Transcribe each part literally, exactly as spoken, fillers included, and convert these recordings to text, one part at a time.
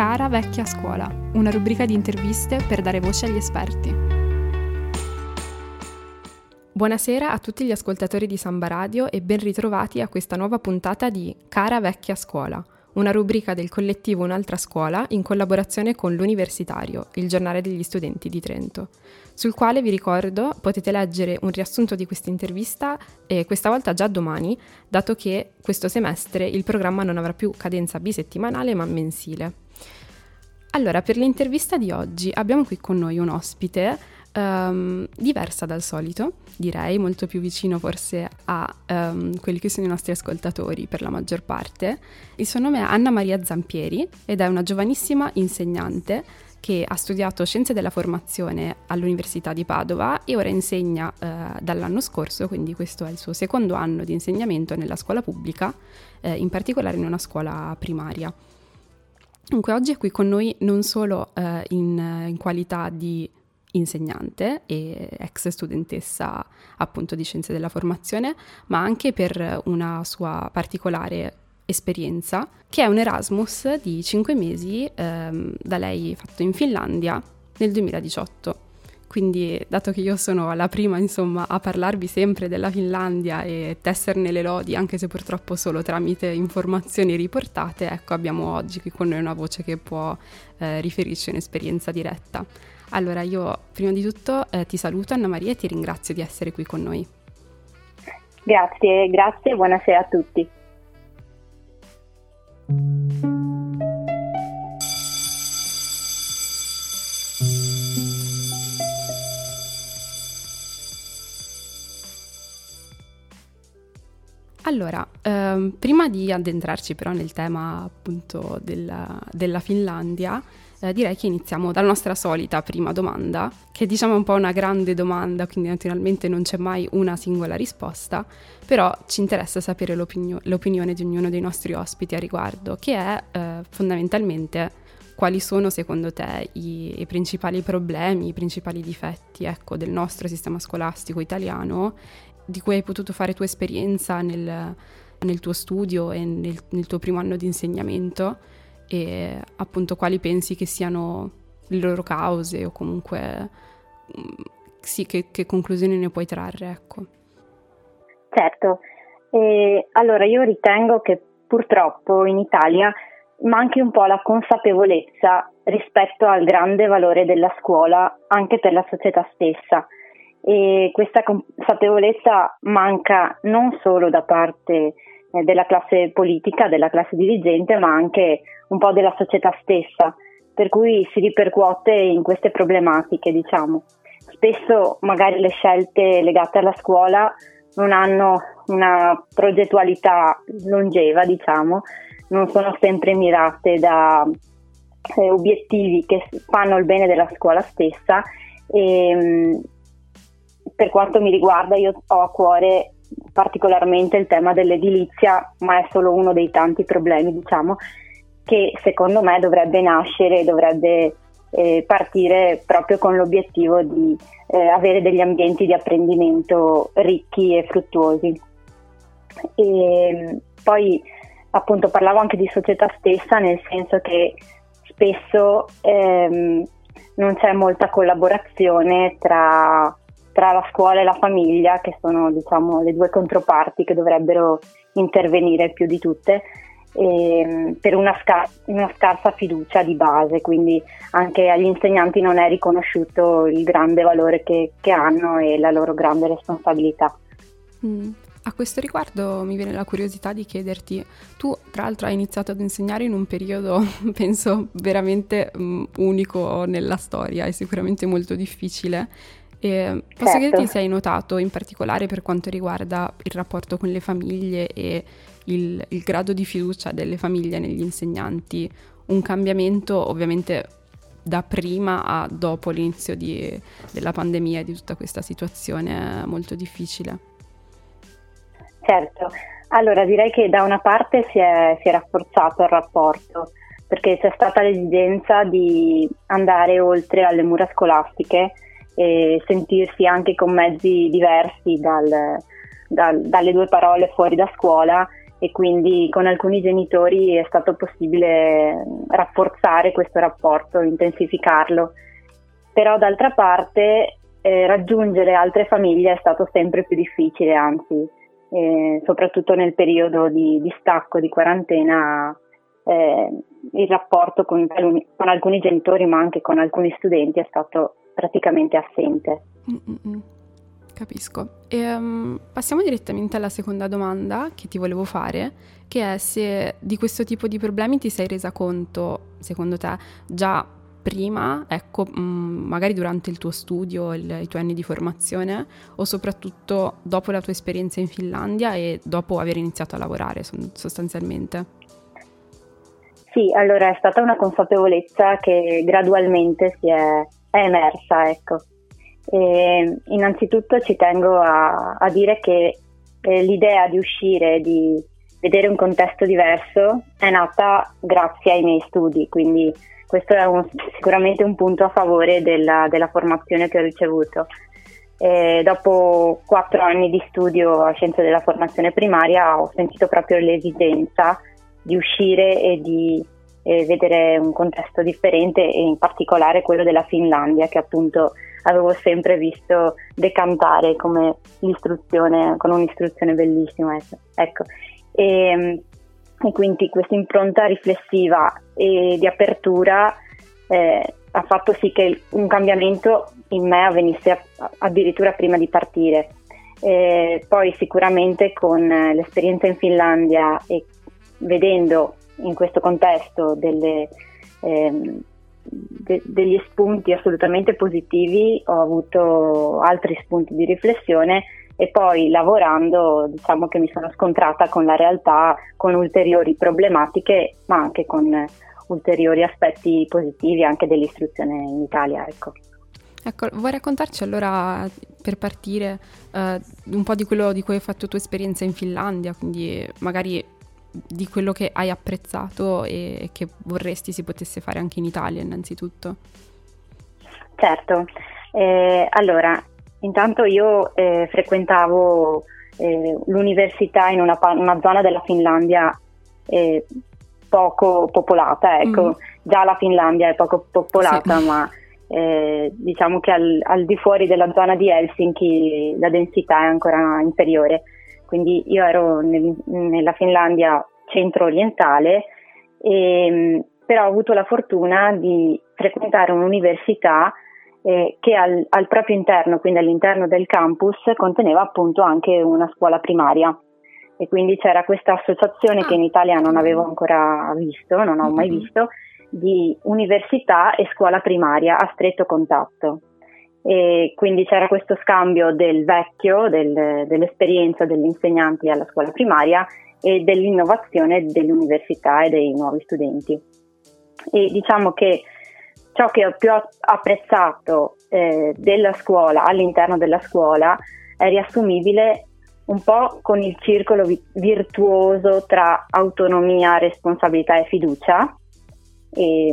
Cara vecchia scuola, una rubrica di interviste per dare voce agli esperti. Buonasera a tutti gli ascoltatori di Samba Radio e ben ritrovati a questa nuova puntata di Cara vecchia scuola, una rubrica del collettivo Un'altra scuola in collaborazione con l'Universitario, il giornale degli studenti di Trento, sul quale vi ricordo potete leggere un riassunto di questa intervista e questa volta già domani, dato che questo semestre il programma non avrà più cadenza bisettimanale ma mensile. Allora, per l'intervista di oggi abbiamo qui con noi un ospite um, diversa dal solito, direi, molto più vicino forse a um, quelli che sono i nostri ascoltatori per la maggior parte. Il suo nome è Anna Maria Zampieri ed è una giovanissima insegnante che ha studiato Scienze della Formazione all'Università di Padova e ora insegna eh, dall'anno scorso, quindi questo è il suo secondo anno di insegnamento nella scuola pubblica, eh, in particolare in una scuola primaria. Dunque oggi è qui con noi non solo eh, in, in qualità di insegnante e ex studentessa appunto di Scienze della Formazione, ma anche per una sua particolare esperienza, che è un Erasmus di cinque mesi ehm, da lei fatto in Finlandia nel duemiladiciotto. Quindi, dato che io sono la prima, insomma, a parlarvi sempre della Finlandia e tesserne le lodi, anche se purtroppo solo tramite informazioni riportate, ecco, abbiamo oggi qui con noi una voce che può eh, riferirci un'esperienza diretta. Allora, io prima di tutto eh, ti saluto, Anna Maria, e ti ringrazio di essere qui con noi. Grazie, grazie e buonasera a tutti. Allora, ehm, prima di addentrarci però nel tema appunto della, della Finlandia, eh, direi che iniziamo dalla nostra solita prima domanda, che diciamo è un po' una grande domanda, quindi naturalmente non c'è mai una singola risposta, però ci interessa sapere l'opinio- l'opinione di ognuno dei nostri ospiti a riguardo, che è eh, fondamentalmente quali sono secondo te i, i principali problemi, i principali difetti, ecco, del nostro sistema scolastico italiano, di cui hai potuto fare tua esperienza nel, nel tuo studio e nel, nel tuo primo anno di insegnamento, e appunto quali pensi che siano le loro cause o comunque sì, che, che conclusioni ne puoi trarre, ecco. Certo, eh, allora io ritengo che purtroppo in Italia manchi un po' la consapevolezza rispetto al grande valore della scuola anche per la società stessa. E questa consapevolezza manca non solo da parte eh, della classe politica, della classe dirigente, ma anche un po' della società stessa, per cui si ripercuote in queste problematiche, diciamo. Spesso magari le scelte legate alla scuola non hanno una progettualità longeva, diciamo, non sono sempre mirate da eh, obiettivi che fanno il bene della scuola stessa e mh, per quanto mi riguarda io ho a cuore particolarmente il tema dell'edilizia, ma è solo uno dei tanti problemi, diciamo, che secondo me dovrebbe nascere, dovrebbe eh, partire proprio con l'obiettivo di eh, avere degli ambienti di apprendimento ricchi e fruttuosi. E poi appunto parlavo anche di società stessa, nel senso che spesso ehm, non c'è molta collaborazione tra tra la scuola e la famiglia, che sono diciamo le due controparti che dovrebbero intervenire più di tutte, e, per una, scar- una scarsa fiducia di base, quindi anche agli insegnanti non è riconosciuto il grande valore che, che hanno e la loro grande responsabilità. Mm. A questo riguardo mi viene la curiosità di chiederti, tu tra l'altro hai iniziato ad insegnare in un periodo, penso, veramente um, unico nella storia e sicuramente molto difficile. E posso certo. chiederti se hai notato, in particolare per quanto riguarda il rapporto con le famiglie e il, il grado di fiducia delle famiglie negli insegnanti, un cambiamento ovviamente da prima a dopo l'inizio di, della pandemia e di tutta questa situazione molto difficile? Certo, allora direi che da una parte si è, si è rafforzato il rapporto, perché c'è stata l'esigenza di andare oltre alle mura scolastiche e sentirsi anche con mezzi diversi dal, dal, dalle due parole fuori da scuola e quindi con alcuni genitori è stato possibile rafforzare questo rapporto, intensificarlo. Però d'altra parte eh, raggiungere altre famiglie è stato sempre più difficile, anzi, eh, soprattutto nel periodo di, di stacco, di quarantena, eh, il rapporto con, con alcuni genitori ma anche con alcuni studenti è stato praticamente assente. Mm-mm. Capisco. E, um, passiamo direttamente alla seconda domanda che ti volevo fare, che è se di questo tipo di problemi ti sei resa conto, secondo te, già prima, ecco, mh, magari durante il tuo studio, il, i tuoi anni di formazione, o soprattutto dopo la tua esperienza in Finlandia e dopo aver iniziato a lavorare sostanzialmente? Sì, allora è stata una consapevolezza che gradualmente si è, è emersa, ecco. E innanzitutto ci tengo a, a dire che eh, l'idea di uscire, di vedere un contesto diverso è nata grazie ai miei studi, quindi questo è un, sicuramente un punto a favore della, della formazione che ho ricevuto. E dopo quattro anni di studio a scienze della formazione primaria ho sentito proprio l'esigenza di uscire e di eh, vedere un contesto differente, e in particolare quello della Finlandia, che appunto avevo sempre visto decantare come l'istruzione, con un'istruzione bellissima, ecco. E, e quindi questa impronta riflessiva e di apertura eh, ha fatto sì che un cambiamento in me avvenisse addirittura prima di partire. E poi sicuramente con l'esperienza in Finlandia e vedendo in questo contesto delle ehm, De- degli spunti assolutamente positivi, ho avuto altri spunti di riflessione e poi lavorando diciamo che mi sono scontrata con la realtà, con ulteriori problematiche ma anche con ulteriori aspetti positivi anche dell'istruzione in Italia, ecco. Ecco, vuoi raccontarci allora, per partire, eh, un po' di quello di cui hai fatto tua esperienza in Finlandia, quindi magari di quello che hai apprezzato e che vorresti si potesse fare anche in Italia innanzitutto? Certo, eh, allora intanto io eh, frequentavo eh, l'università in una, una zona della Finlandia eh, poco popolata, ecco, mm. Già la Finlandia è poco popolata, sì. ma eh, diciamo che al, al di fuori della zona di Helsinki la densità è ancora inferiore. Quindi io ero nel, nella Finlandia centro-orientale, e, però ho avuto la fortuna di frequentare un'università eh, che al, al proprio interno, quindi all'interno del campus, conteneva appunto anche una scuola primaria. E quindi c'era questa associazione ah. che in Italia non avevo ancora visto, non ho mm-hmm. mai visto, di università e scuola primaria a stretto contatto. E quindi c'era questo scambio del vecchio, del, dell'esperienza degli insegnanti alla scuola primaria e dell'innovazione dell'università e dei nuovi studenti. E diciamo che ciò che ho più apprezzato eh, della scuola, all'interno della scuola, è riassumibile un po' con il circolo vi- virtuoso tra autonomia, responsabilità e fiducia, e,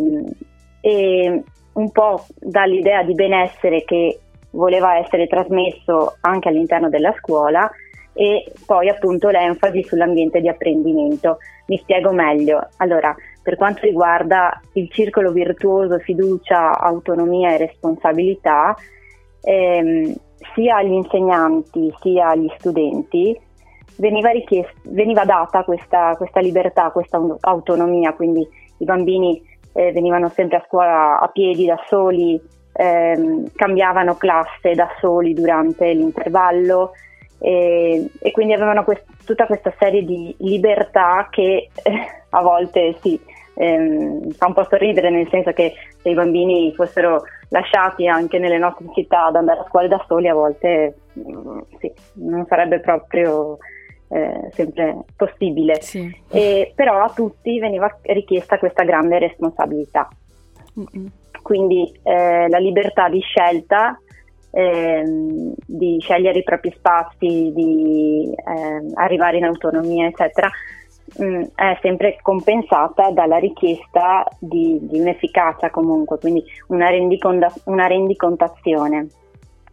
e un po' dall'idea di benessere che voleva essere trasmesso anche all'interno della scuola, e poi appunto l'enfasi sull'ambiente di apprendimento. Mi spiego meglio. Allora, per quanto riguarda il circolo virtuoso, fiducia, autonomia e responsabilità, ehm, sia agli insegnanti sia agli studenti veniva richiesta, veniva data questa, questa libertà, questa autonomia, quindi i bambini eh, venivano sempre a scuola a piedi da soli, ehm, cambiavano classe da soli durante l'intervallo, e, e quindi avevano quest- tutta questa serie di libertà che eh, a volte sì, ehm, fa un po' sorridere, nel senso che se i bambini fossero lasciati anche nelle nostre città ad andare a scuola da soli, a volte mh, sì, non sarebbe proprio eh, sempre possibile. Sì. E, però a tutti veniva richiesta questa grande responsabilità. Mm-mm. Quindi eh, la libertà di scelta, ehm, di scegliere i propri spazi, di eh, arrivare in autonomia, eccetera, mh, è sempre compensata dalla richiesta di, di un'efficacia comunque, quindi una, rendiconda- una rendicontazione.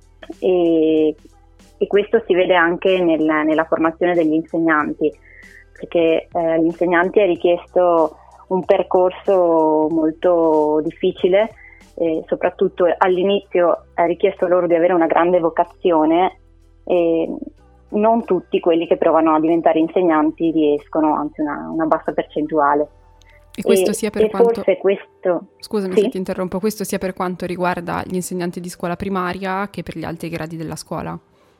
E, e questo si vede anche nel, nella formazione degli insegnanti. perché eh, agli insegnanti è richiesto un percorso molto difficile, e soprattutto all'inizio è richiesto loro di avere una grande vocazione, e non tutti quelli che provano a diventare insegnanti riescono, anzi una, una bassa percentuale. E questo e, sia per e quanto... forse questo... Scusami sì? se ti interrompo, questo sia per quanto riguarda gli insegnanti di scuola primaria che per gli altri gradi della scuola.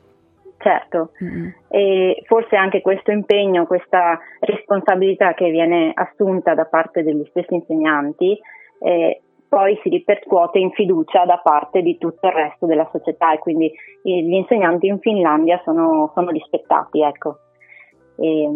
Certo, mm-hmm. E forse anche questo impegno, questa responsabilità che viene assunta da parte degli stessi insegnanti, eh, poi si ripercuote in fiducia da parte di tutto il resto della società, e quindi gli insegnanti in Finlandia sono, sono rispettati, ecco. E,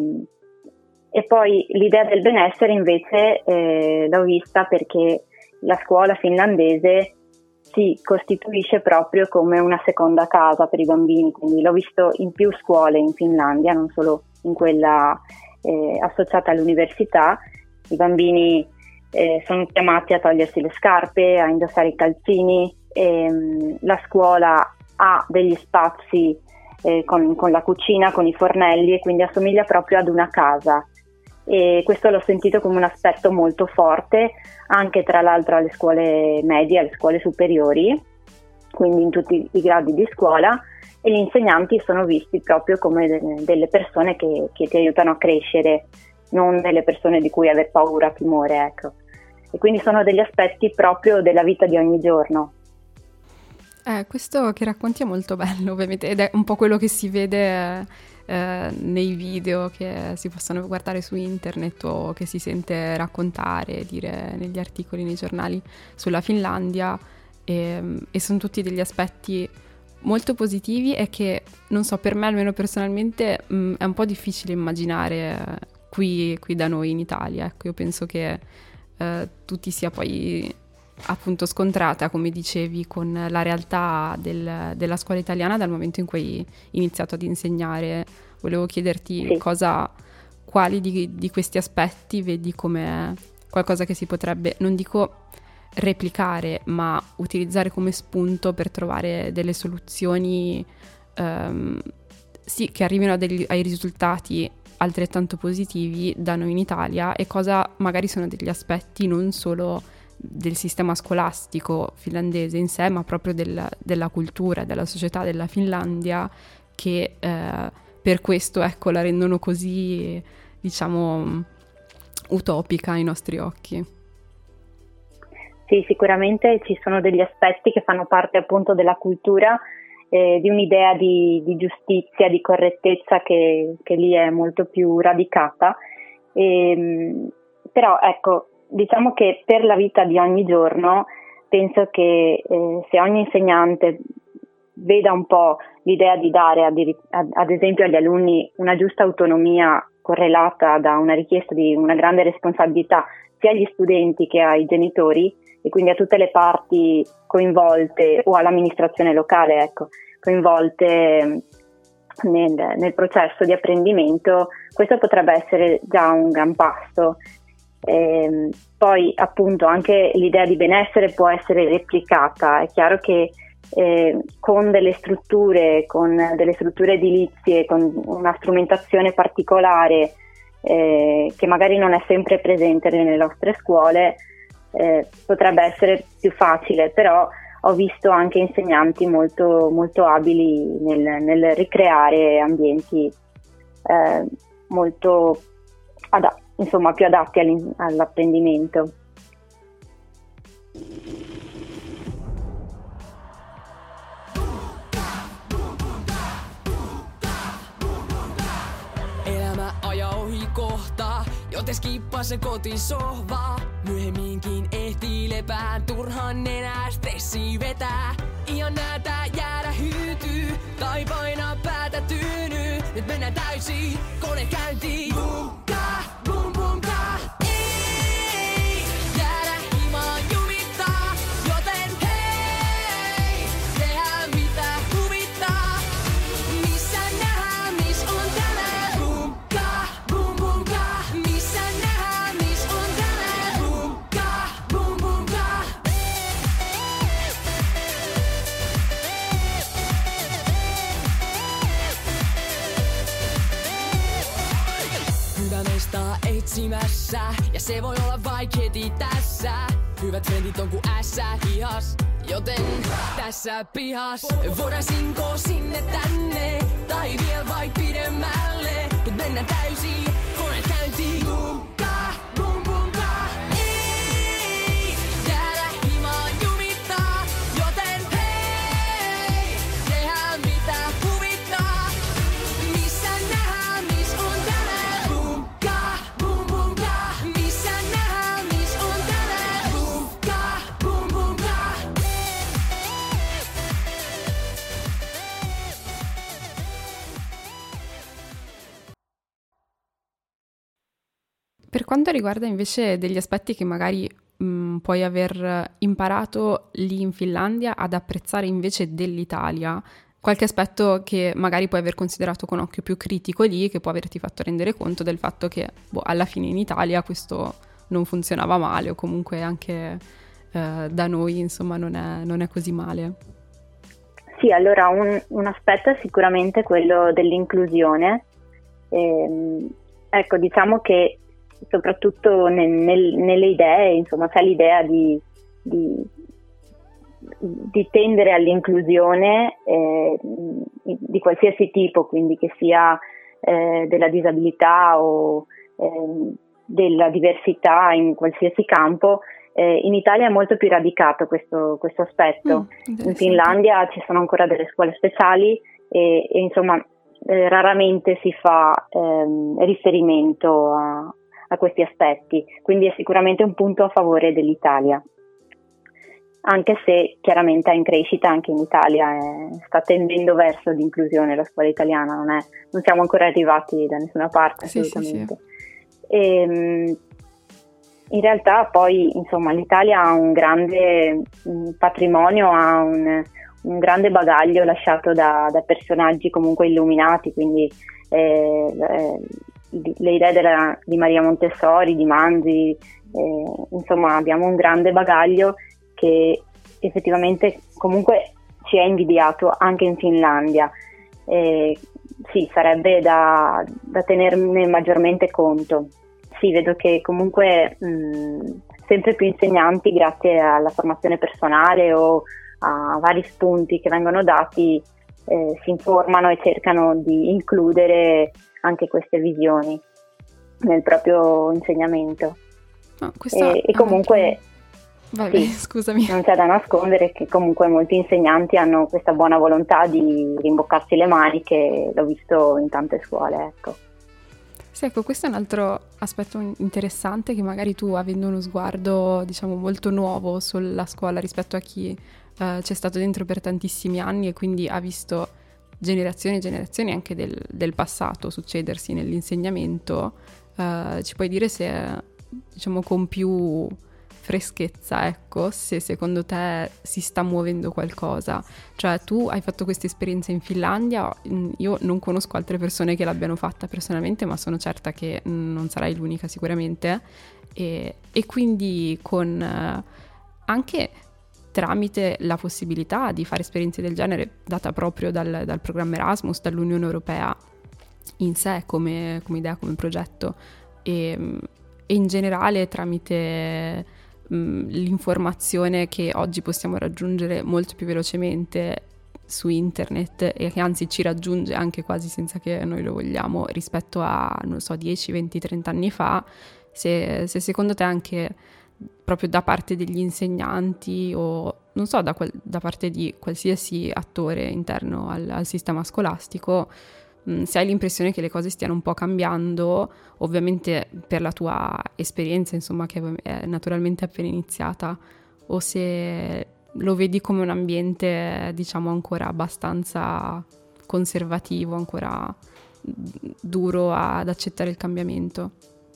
e poi l'idea del benessere invece eh, l'ho vista perché la scuola finlandese si costituisce proprio come una seconda casa per i bambini, quindi l'ho visto in più scuole in Finlandia, non solo in quella eh, associata all'università. I bambini eh, sono chiamati a togliersi le scarpe, a indossare i calzini, e, mh, la scuola ha degli spazi eh, con, con la cucina, con i fornelli, e quindi assomiglia proprio ad una casa. E questo l'ho sentito come un aspetto molto forte anche tra l'altro alle scuole medie, alle scuole superiori, quindi in tutti i gradi di scuola, e gli insegnanti sono visti proprio come de- delle persone che, che ti aiutano a crescere, non delle persone di cui aver paura, timore, ecco. E quindi sono degli aspetti proprio della vita di ogni giorno. Eh, questo che racconti è molto bello, ovviamente, ed è un po' quello che si vede eh, nei video che si possono guardare su internet o che si sente raccontare, dire negli articoli, nei giornali sulla Finlandia, e, e sono tutti degli aspetti molto positivi e che, non so, per me almeno personalmente mh, è un po' difficile immaginare qui, qui da noi in Italia. Ecco, io penso che eh, tu ti sia poi appunto scontrata, come dicevi, con la realtà del, della scuola italiana dal momento in cui hai iniziato ad insegnare. Volevo chiederti sì. cosa, quali di, di questi aspetti vedi come qualcosa che si potrebbe, non dico replicare, ma utilizzare come spunto per trovare delle soluzioni ehm, sì, che arrivino a degli, ai risultati altrettanto positivi da noi in Italia, e cosa magari sono degli aspetti non solo del sistema scolastico finlandese in sé, ma proprio del, della cultura, della società della Finlandia, che eh, per questo, ecco, la rendono così, diciamo, utopica ai nostri occhi. Sì, sicuramente ci sono degli aspetti che fanno parte appunto della cultura, eh, di un'idea di, di giustizia, di correttezza che, che lì è molto più radicata. E, però ecco, diciamo che per la vita di ogni giorno penso che eh, se ogni insegnante veda un po' l'idea di dare ad, ad, ad esempio agli alunni una giusta autonomia correlata da una richiesta di una grande responsabilità sia agli studenti che ai genitori, e quindi a tutte le parti coinvolte, o all'amministrazione locale, ecco, coinvolte nel, nel processo di apprendimento, questo potrebbe essere già un gran passo. E poi appunto anche l'idea di benessere può essere replicata. È chiaro che eh, con delle strutture, con delle strutture edilizie, con una strumentazione particolare eh, che magari non è sempre presente nelle nostre scuole, eh, potrebbe essere più facile, però ho visto anche insegnanti molto, molto abili nel, nel ricreare ambienti eh, molto adatti, insomma più adatti all'apprendimento. Elämä ajaa ohi kohta, joten skippaa se kotisohva. Myöhemminkin ehtii lepään, turhan nenää stressi vetää. Ihan näätä jäädä hyytyy, tai painaa päätä tyynyy. Nyt mennään täysin, kone käyntiin. Bum, ka, bum, bum, ka. Ei jäädä himaan jumittaa, joten hei, tehdään mitä huvittaa. Missä nähdään, mis on tänään? Bum, ka, bum, bum, ka. Missä nähdään, mis on tänään? Bum, ka, bum, bum, ka. Hyvä Parasta etsimässä, ja se voi olla vaik heti tässä. Hyvät trendit on ku ässä hihas, joten tässä pihas voidaan sinkoo sinne tänne, tai vielä vaik pidemmälle. Mut mennään täysin, kone käyntiin. Bumka, bum bumka, ei jäädä himaan jumittaa, joten hei, tehdään mitä huvittaa. Missä nähdään, mis on tänään. Bumka, bum bumka, missä nähdään, mis on tänään. Bumka, bum bumka. Per quanto riguarda invece degli aspetti che magari mh, puoi aver imparato lì in Finlandia ad apprezzare invece dell'Italia, qualche aspetto che magari puoi aver considerato con occhio più critico lì, che può averti fatto rendere conto del fatto che boh, alla fine in Italia questo non funzionava male, o comunque anche eh, da noi insomma non è, non è così male. Sì, allora un, un aspetto è sicuramente quello dell'inclusione. Ehm, ecco, diciamo che soprattutto nel, nel, nelle idee, insomma, c'è l'idea di, di, di tendere all'inclusione eh, di qualsiasi tipo, quindi che sia eh, della disabilità o eh, della diversità in qualsiasi campo. Eh, in Italia è molto più radicato questo, questo aspetto. Mm, in Finlandia ci sono ancora delle scuole speciali e, e insomma eh, raramente si fa ehm, riferimento a a questi aspetti, quindi è sicuramente un punto a favore dell'Italia, anche se chiaramente è in crescita anche in Italia, è, sta tendendo verso l'inclusione la scuola italiana, non, è, non siamo ancora arrivati da nessuna parte assolutamente. Sì, sì, sì. E, in realtà poi insomma l'Italia ha un grande un patrimonio, ha un, un grande bagaglio lasciato da, da personaggi comunque illuminati, quindi eh, eh, le idee della, di Maria Montessori, di Manzi, eh, insomma abbiamo un grande bagaglio che effettivamente comunque ci è invidiato anche in Finlandia. Eh, sì, sarebbe da, da tenerne maggiormente conto. Sì, vedo che comunque mh, sempre più insegnanti, grazie alla formazione personale o a vari spunti che vengono dati, eh, si informano e cercano di includere anche queste visioni nel proprio insegnamento. No, questa e, e comunque Vabbè, sì, scusami. Non c'è da nascondere che comunque molti insegnanti hanno questa buona volontà di rimboccarsi le maniche, l'ho visto in tante scuole, ecco. Sì, ecco, questo è un altro aspetto interessante, che magari tu, avendo uno sguardo diciamo molto nuovo sulla scuola rispetto a chi eh, c'è stato dentro per tantissimi anni e quindi ha visto generazioni e generazioni anche del, del passato succedersi nell'insegnamento, uh, ci puoi dire se, diciamo, con più freschezza, ecco, se secondo te si sta muovendo qualcosa? Cioè, tu hai fatto questa esperienza in Finlandia, io non conosco altre persone che l'abbiano fatta personalmente, ma sono certa che non sarai l'unica sicuramente, e, e quindi con uh, anche tramite la possibilità di fare esperienze del genere data proprio dal, dal programma Erasmus, dall'Unione Europea in sé come, come idea, come progetto, e, e in generale tramite mh, l'informazione che oggi possiamo raggiungere molto più velocemente su internet, e che anzi ci raggiunge anche quasi senza che noi lo vogliamo, rispetto a, non so, dieci, venti, trenta anni fa, se, se secondo te anche proprio da parte degli insegnanti o non so, da, quel, da parte di qualsiasi attore interno al, al sistema scolastico, mh, se hai l'impressione che le cose stiano un po' cambiando, ovviamente per la tua esperienza, insomma, che è naturalmente appena iniziata, o se lo vedi come un ambiente, diciamo, ancora abbastanza conservativo, ancora duro ad accettare il cambiamento.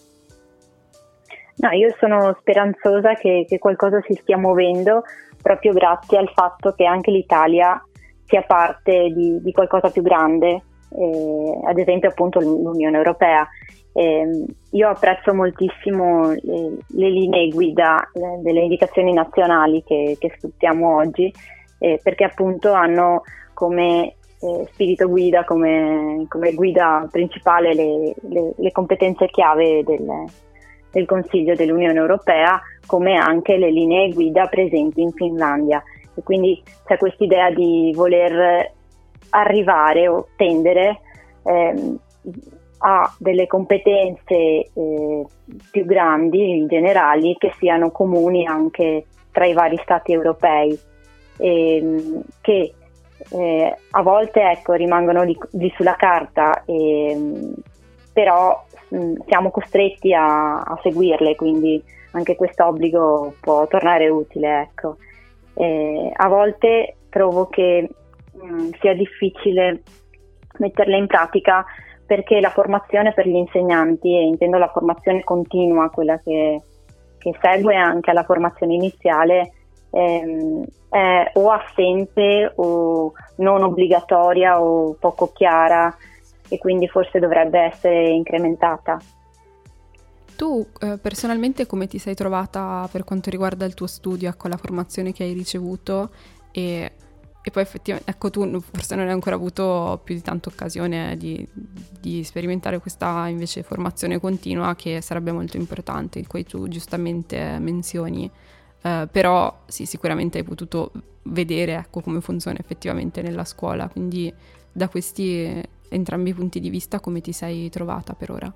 No, io sono speranzosa che, che qualcosa si stia muovendo, proprio grazie al fatto che anche l'Italia sia parte di, di qualcosa più grande, eh, ad esempio appunto l'Unione Europea. Eh, io apprezzo moltissimo le, le linee guida, le, delle indicazioni nazionali che, che sfruttiamo oggi, eh, perché appunto hanno come eh, spirito guida come, come guida principale le, le, le competenze chiave del, del Consiglio dell'Unione Europea, come anche le linee guida presenti in Finlandia. E quindi c'è quest'idea di voler arrivare o tendere ehm, a delle competenze eh, più grandi, generali, che siano comuni anche tra i vari stati europei, e, che eh, a volte ecco, rimangono lì, lì sulla carta, e, però mh, siamo costretti a, a seguirle, quindi anche questo obbligo può tornare utile. Ecco. E, a volte trovo che mh, sia difficile metterle in pratica, perché la formazione per gli insegnanti, e intendo la formazione continua, quella che, che segue anche alla formazione iniziale, ehm, è o assente o non obbligatoria o poco chiara, e quindi forse dovrebbe essere incrementata. Tu eh, personalmente come ti sei trovata per quanto riguarda il tuo studio, ecco, la formazione che hai ricevuto, e E poi effettivamente, ecco, tu forse non hai ancora avuto più di tanta occasione di, di sperimentare questa invece formazione continua, che sarebbe molto importante, in cui tu giustamente menzioni, eh, però sì, sicuramente hai potuto vedere, ecco, come funziona effettivamente nella scuola. Quindi da questi entrambi i punti di vista come ti sei trovata per ora?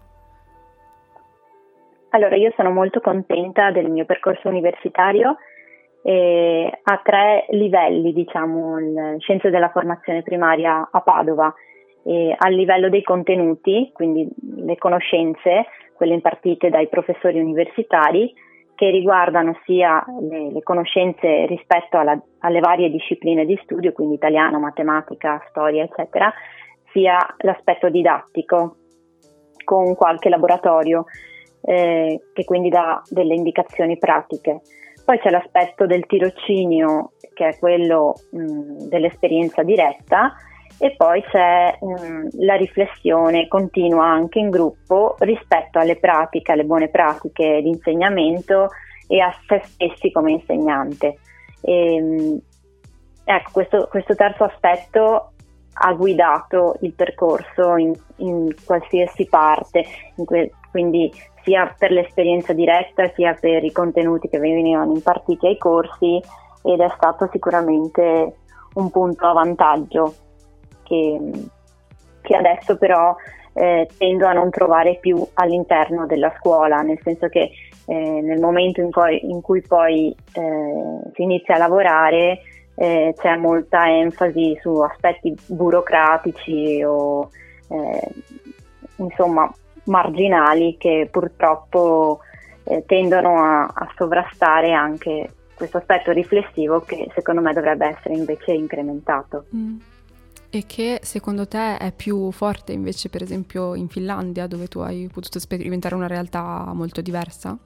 Allora, io sono molto contenta del mio percorso universitario. E ha tre livelli, diciamo, il Scienze della Formazione Primaria a Padova, e al livello dei contenuti, quindi le conoscenze, quelle impartite dai professori universitari, che riguardano sia le, le conoscenze rispetto alla, alle varie discipline di studio, quindi italiano, matematica, storia, eccetera, sia l'aspetto didattico, con qualche laboratorio, eh, che quindi dà delle indicazioni pratiche. Poi c'è l'aspetto del tirocinio, che è quello mh, dell'esperienza diretta, e poi c'è mh, la riflessione continua anche in gruppo rispetto alle pratiche, alle buone pratiche di insegnamento e a se stessi come insegnante. E, mh, ecco, questo, questo terzo aspetto ha guidato il percorso in, in qualsiasi parte, in que- quindi sia per l'esperienza diretta sia per i contenuti che venivano impartiti ai corsi, ed è stato sicuramente un punto a vantaggio che, che adesso però eh, tendo a non trovare più all'interno della scuola, nel senso che eh, nel momento in cui, in cui poi eh, si inizia a lavorare eh, c'è molta enfasi su aspetti burocratici o eh, insomma marginali, che purtroppo eh, tendono a, a sovrastare anche questo aspetto riflessivo, che secondo me dovrebbe essere invece incrementato. Mm. E che secondo te è più forte invece per esempio in Finlandia, dove tu hai potuto sperimentare una realtà molto diversa?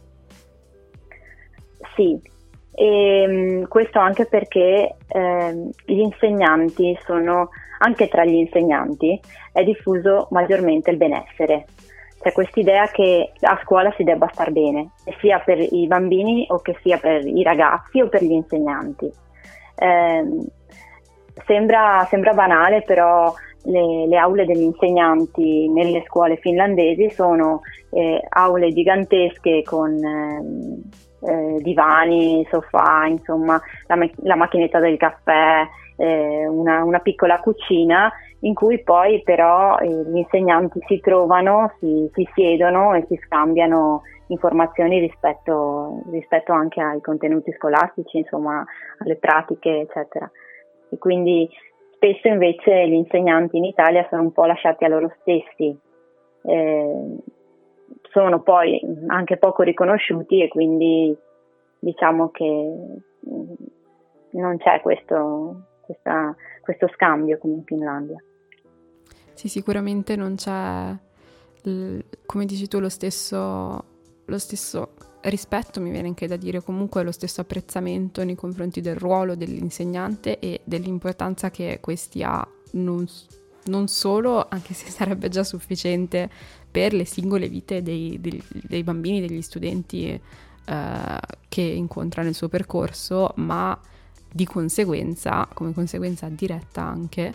Sì, e questo anche perché eh, gli insegnanti sono, anche tra gli insegnanti è diffuso maggiormente il benessere. C'è quest'idea che a scuola si debba star bene, sia per i bambini o che sia per i ragazzi o per gli insegnanti. Eh, sembra, sembra banale, però le, le aule degli insegnanti nelle scuole finlandesi sono eh, aule gigantesche con eh, eh, divani, sofà, insomma la, la macchinetta del caffè, eh, una, una piccola cucina, in cui poi però eh, gli insegnanti si trovano, si, si siedono e si scambiano informazioni rispetto, rispetto anche ai contenuti scolastici, insomma alle pratiche, eccetera. E quindi spesso invece gli insegnanti in Italia sono un po' lasciati a loro stessi, eh, sono poi anche poco riconosciuti, e quindi diciamo che non c'è questo, questa, questo scambio come in Finlandia. Sì, sicuramente non c'è, come dici tu, lo stesso, lo stesso rispetto, mi viene anche da dire, comunque lo stesso apprezzamento nei confronti del ruolo dell'insegnante e dell'importanza che questi ha, non, non solo, anche se sarebbe già sufficiente per le singole vite dei, dei, dei bambini, degli studenti eh, che incontra nel suo percorso, ma di conseguenza, come conseguenza diretta anche,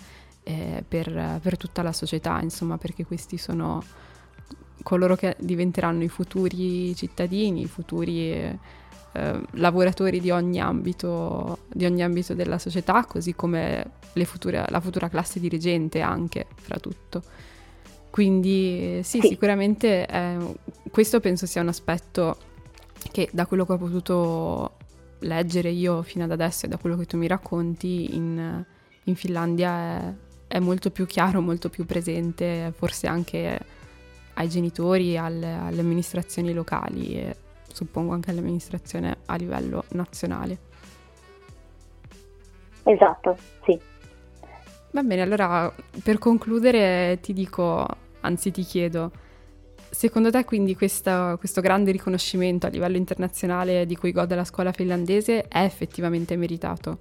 eh, per, per tutta la società, insomma, perché questi sono coloro che diventeranno i futuri cittadini, i futuri eh, eh, lavoratori di ogni ambito, di ogni ambito della società, così come le future, la futura classe dirigente anche, fra tutto. Quindi sì, sì. sicuramente eh, questo penso sia un aspetto che, da quello che ho potuto leggere io fino ad adesso e da quello che tu mi racconti, in, in Finlandia è, è molto più chiaro, molto più presente, forse anche ai genitori, alle, alle amministrazioni locali e suppongo anche all'amministrazione a livello nazionale. Esatto, sì. Va bene, allora per concludere ti dico, anzi ti chiedo, secondo te quindi questa, questo grande riconoscimento a livello internazionale di cui gode la scuola finlandese è effettivamente meritato?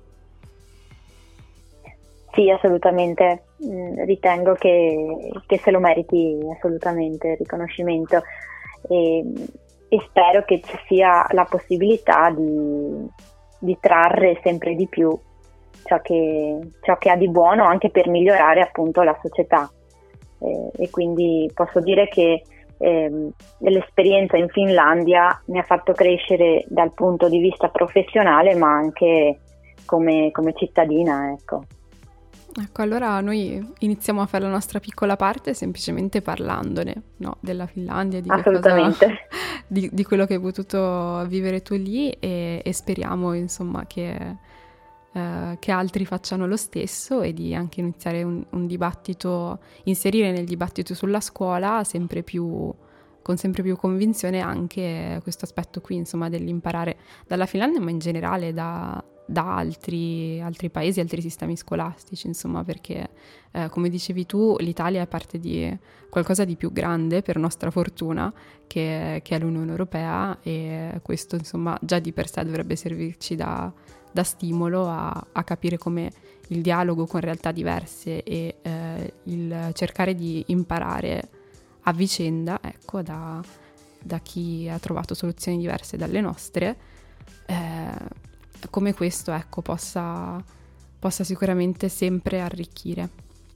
Sì, assolutamente. Ritengo che, che se lo meriti assolutamente il riconoscimento e, e spero che ci sia la possibilità di, di trarre sempre di più ciò che, ciò che ha di buono anche per migliorare appunto la società. E, e quindi posso dire che eh, l'esperienza in Finlandia mi ha fatto crescere dal punto di vista professionale ma anche come, come cittadina, ecco. Ecco, allora noi iniziamo a fare la nostra piccola parte semplicemente parlandone, no? Della Finlandia, di, che cosa, di, di quello che hai potuto vivere tu lì e, e speriamo insomma che, eh, che altri facciano lo stesso e di anche iniziare un, un dibattito, inserire nel dibattito sulla scuola sempre più, con sempre più convinzione anche questo aspetto qui, insomma, dell'imparare dalla Finlandia ma in generale da... da altri, altri paesi, altri sistemi scolastici, insomma, perché eh, come dicevi tu l'Italia è parte di qualcosa di più grande, per nostra fortuna, che, che è l'Unione Europea, e questo insomma già di per sé dovrebbe servirci da, da stimolo a, a capire come il dialogo con realtà diverse e eh, il cercare di imparare a vicenda, ecco, da, da chi ha trovato soluzioni diverse dalle nostre, eh, come questo, ecco, possa, possa sicuramente sempre arricchire.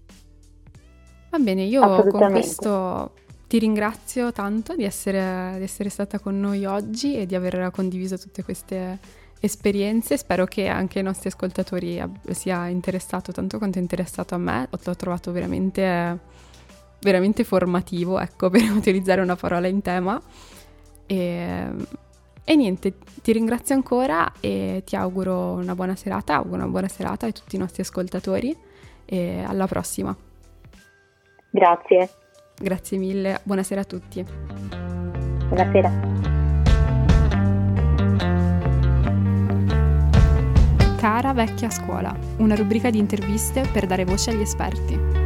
Va bene, io con questo ti ringrazio tanto di essere, di essere stata con noi oggi e di aver condiviso tutte queste esperienze. Spero che anche ai nostri ascoltatori sia interessato tanto quanto è interessato a me. L'ho trovato veramente, veramente formativo, ecco, per utilizzare una parola in tema. E... E niente, ti ringrazio ancora e ti auguro una buona serata, auguro una buona serata a tutti i nostri ascoltatori e alla prossima. Grazie. Grazie mille, buonasera a tutti. Buonasera. Cara vecchia scuola, una rubrica di interviste per dare voce agli esperti.